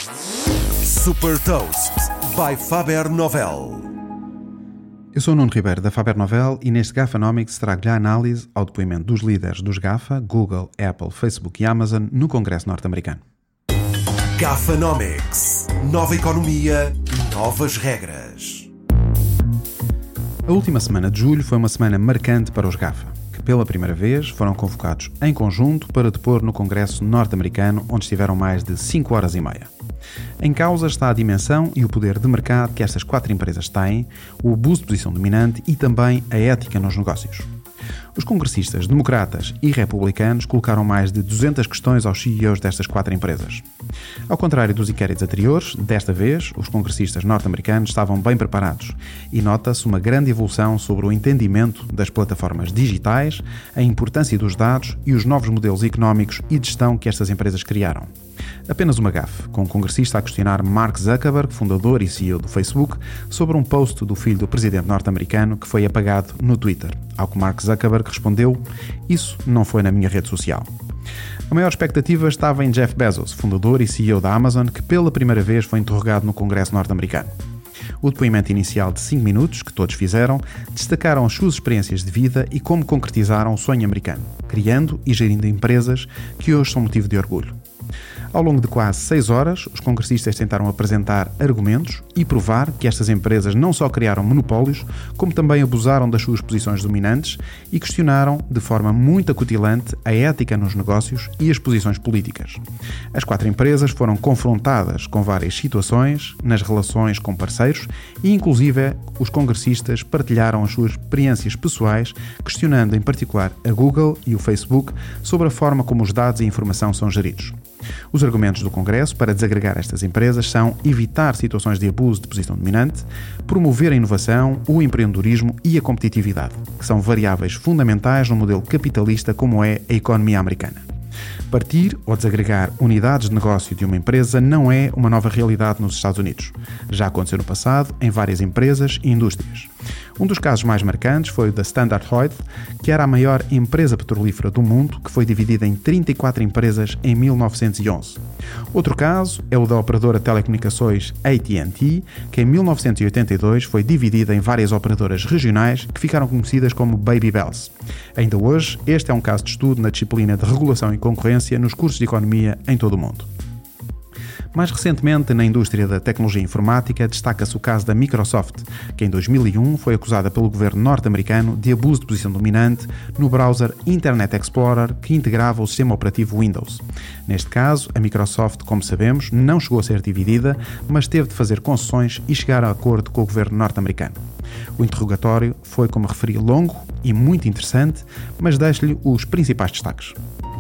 Super Toast by Faber Novel. Eu sou o Nuno Ribeiro da Faber Novel e neste Gafanomics trago-lhe a análise ao depoimento dos líderes dos GAFA, Google, Apple, Facebook e Amazon no Congresso norte-americano. Gafanomics. Nova economia, novas regras. A última semana de julho foi uma semana marcante para os GAFA, que pela primeira vez foram convocados em conjunto para depor no Congresso norte-americano, onde estiveram mais de 5 horas e meia. Em causa está a dimensão e o poder de mercado que estas 4 empresas têm, o abuso de posição dominante e também a ética nos negócios. Os congressistas democratas e republicanos colocaram mais de 200 questões aos CEOs destas 4 empresas. Ao contrário dos inquéritos anteriores, desta vez, os congressistas norte-americanos estavam bem preparados e nota-se uma grande evolução sobre o entendimento das plataformas digitais, a importância dos dados e os novos modelos económicos e de gestão que estas empresas criaram. Apenas uma gafe, com um congressista a questionar Mark Zuckerberg, fundador e CEO do Facebook, sobre um post do filho do presidente norte-americano que foi apagado no Twitter. Ao que Mark Zuckerberg respondeu: "Isso não foi na minha rede social." A maior expectativa estava em Jeff Bezos, fundador e CEO da Amazon, que pela primeira vez foi interrogado no Congresso norte-americano. O depoimento inicial de 5 minutos, que todos fizeram, destacaram as suas experiências de vida e como concretizaram o sonho americano, criando e gerindo empresas que hoje são motivo de orgulho. Ao longo de quase 6 horas, os congressistas tentaram apresentar argumentos e provar que estas empresas não só criaram monopólios, como também abusaram das suas posições dominantes e questionaram, de forma muito acutilante, a ética nos negócios e as posições políticas. As 4 empresas foram confrontadas com várias situações nas relações com parceiros e, inclusive, os congressistas partilharam as suas experiências pessoais, questionando em particular a Google e o Facebook sobre a forma como os dados e a informação são geridos. Os argumentos do Congresso para desagregar estas empresas são evitar situações de abuso de posição dominante, promover a inovação, o empreendedorismo e a competitividade, que são variáveis fundamentais no modelo capitalista como é a economia americana. Partir ou desagregar unidades de negócio de uma empresa não é uma nova realidade nos Estados Unidos. Já aconteceu no passado em várias empresas e indústrias. Um dos casos mais marcantes foi o da Standard Oil, que era a maior empresa petrolífera do mundo, que foi dividida em 34 empresas em 1911. Outro caso é o da operadora de telecomunicações AT&T, que em 1982 foi dividida em várias operadoras regionais que ficaram conhecidas como Baby Bells. Ainda hoje, este é um caso de estudo na disciplina de regulação e concorrência nos cursos de economia em todo o mundo. Mais recentemente, na indústria da tecnologia informática, destaca-se o caso da Microsoft, que em 2001 foi acusada pelo governo norte-americano de abuso de posição dominante no browser Internet Explorer que integrava o sistema operativo Windows. Neste caso, a Microsoft, como sabemos, não chegou a ser dividida, mas teve de fazer concessões e chegar a acordo com o governo norte-americano. O interrogatório foi, como referi, longo e muito interessante, mas deixo-lhe os principais destaques.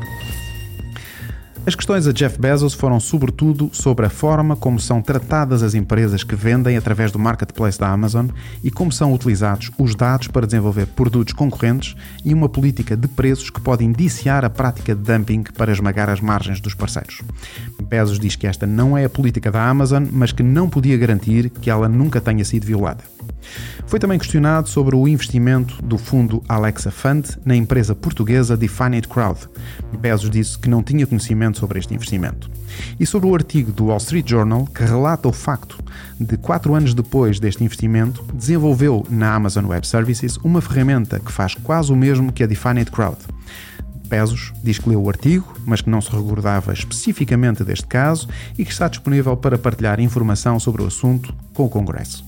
As questões a Jeff Bezos foram sobretudo sobre a forma como são tratadas as empresas que vendem através do marketplace da Amazon e como são utilizados os dados para desenvolver produtos concorrentes e uma política de preços que pode indiciar a prática de dumping para esmagar as margens dos parceiros. Bezos diz que esta não é a política da Amazon, mas que não podia garantir que ela nunca tenha sido violada. Foi também questionado sobre o investimento do fundo Alexa Fund na empresa portuguesa Defined Crowd. Bezos disse que não tinha conhecimento sobre este investimento. E sobre o artigo do Wall Street Journal que relata o facto de 4 anos depois deste investimento, desenvolveu na Amazon Web Services uma ferramenta que faz quase o mesmo que a Defined Crowd. Bezos diz que leu o artigo, mas que não se recordava especificamente deste caso e que está disponível para partilhar informação sobre o assunto com o Congresso.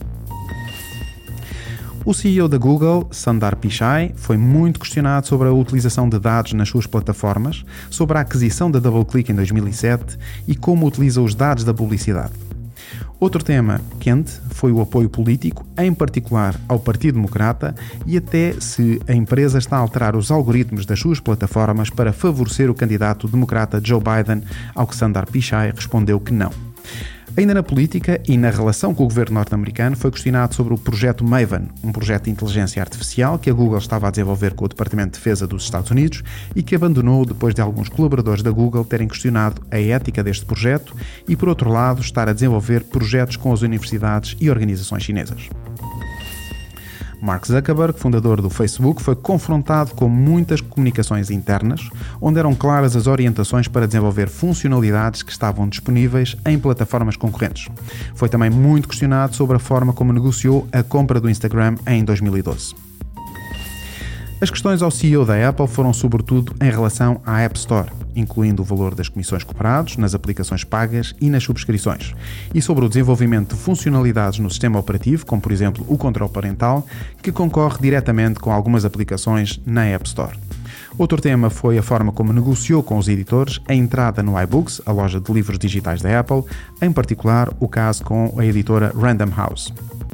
O CEO da Google, Sundar Pichai, foi muito questionado sobre a utilização de dados nas suas plataformas, sobre a aquisição da DoubleClick em 2007 e como utiliza os dados da publicidade. Outro tema quente foi o apoio político, em particular ao Partido Democrata, e até se a empresa está a alterar os algoritmos das suas plataformas para favorecer o candidato democrata Joe Biden, ao que Sundar Pichai respondeu que não. Ainda na política e na relação com o governo norte-americano, foi questionado sobre o projeto Maven, um projeto de inteligência artificial que a Google estava a desenvolver com o Departamento de Defesa dos Estados Unidos e que abandonou depois de alguns colaboradores da Google terem questionado a ética deste projeto e, por outro lado, estar a desenvolver projetos com as universidades e organizações chinesas. Mark Zuckerberg, fundador do Facebook, foi confrontado com muitas comunicações internas, onde eram claras as orientações para desenvolver funcionalidades que estavam disponíveis em plataformas concorrentes. Foi também muito questionado sobre a forma como negociou a compra do Instagram em 2012. As questões ao CEO da Apple foram sobretudo em relação à App Store, incluindo o valor das comissões cobradas nas aplicações pagas e nas subscrições, e sobre o desenvolvimento de funcionalidades no sistema operativo, como por exemplo o controle parental, que concorre diretamente com algumas aplicações na App Store. Outro tema foi a forma como negociou com os editores a entrada no iBooks, a loja de livros digitais da Apple, em particular o caso com a editora Random House.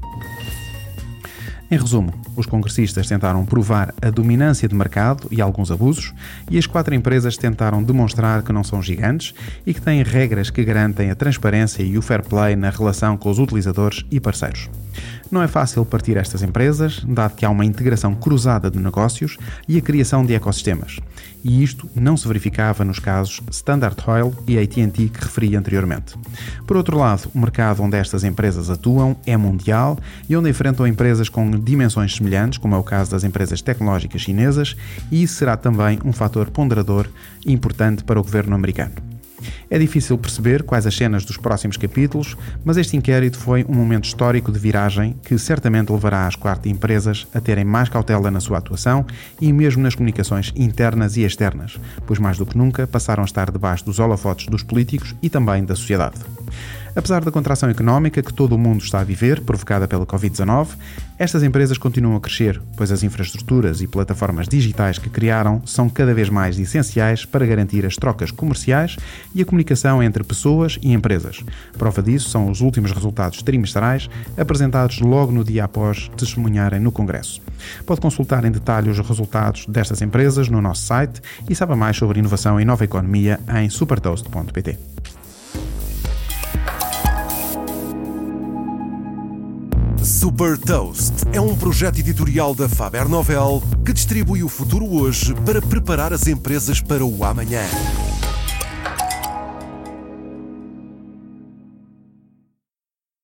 Em resumo, os congressistas tentaram provar a dominância de mercado e alguns abusos, e as 4 empresas tentaram demonstrar que não são gigantes e que têm regras que garantem a transparência e o fair play na relação com os utilizadores e parceiros. Não é fácil partir estas empresas, dado que há uma integração cruzada de negócios e a criação de ecossistemas, e isto não se verificava nos casos Standard Oil e AT&T que referi anteriormente. Por outro lado, o mercado onde estas empresas atuam é mundial e onde enfrentam empresas com dimensões semelhantes, como é o caso das empresas tecnológicas chinesas, e isso será também um fator ponderador importante para o governo americano. É difícil perceber quais as cenas dos próximos capítulos, mas este inquérito foi um momento histórico de viragem que certamente levará as 4 empresas a terem mais cautela na sua atuação e mesmo nas comunicações internas e externas, pois mais do que nunca passaram a estar debaixo dos holofotes dos políticos e também da sociedade. Apesar da contração económica que todo o mundo está a viver, provocada pela Covid-19, estas empresas continuam a crescer, pois as infraestruturas e plataformas digitais que criaram são cada vez mais essenciais para garantir as trocas comerciais e a comunicação entre pessoas e empresas. Prova disso são os últimos resultados trimestrais, apresentados logo no dia após testemunharem no Congresso. Pode consultar em detalhe os resultados destas empresas no nosso site e saiba mais sobre inovação e nova economia em supertoast.pt. Super Toast é um projeto editorial da Faber Novel que distribui o futuro hoje para preparar as empresas para o amanhã.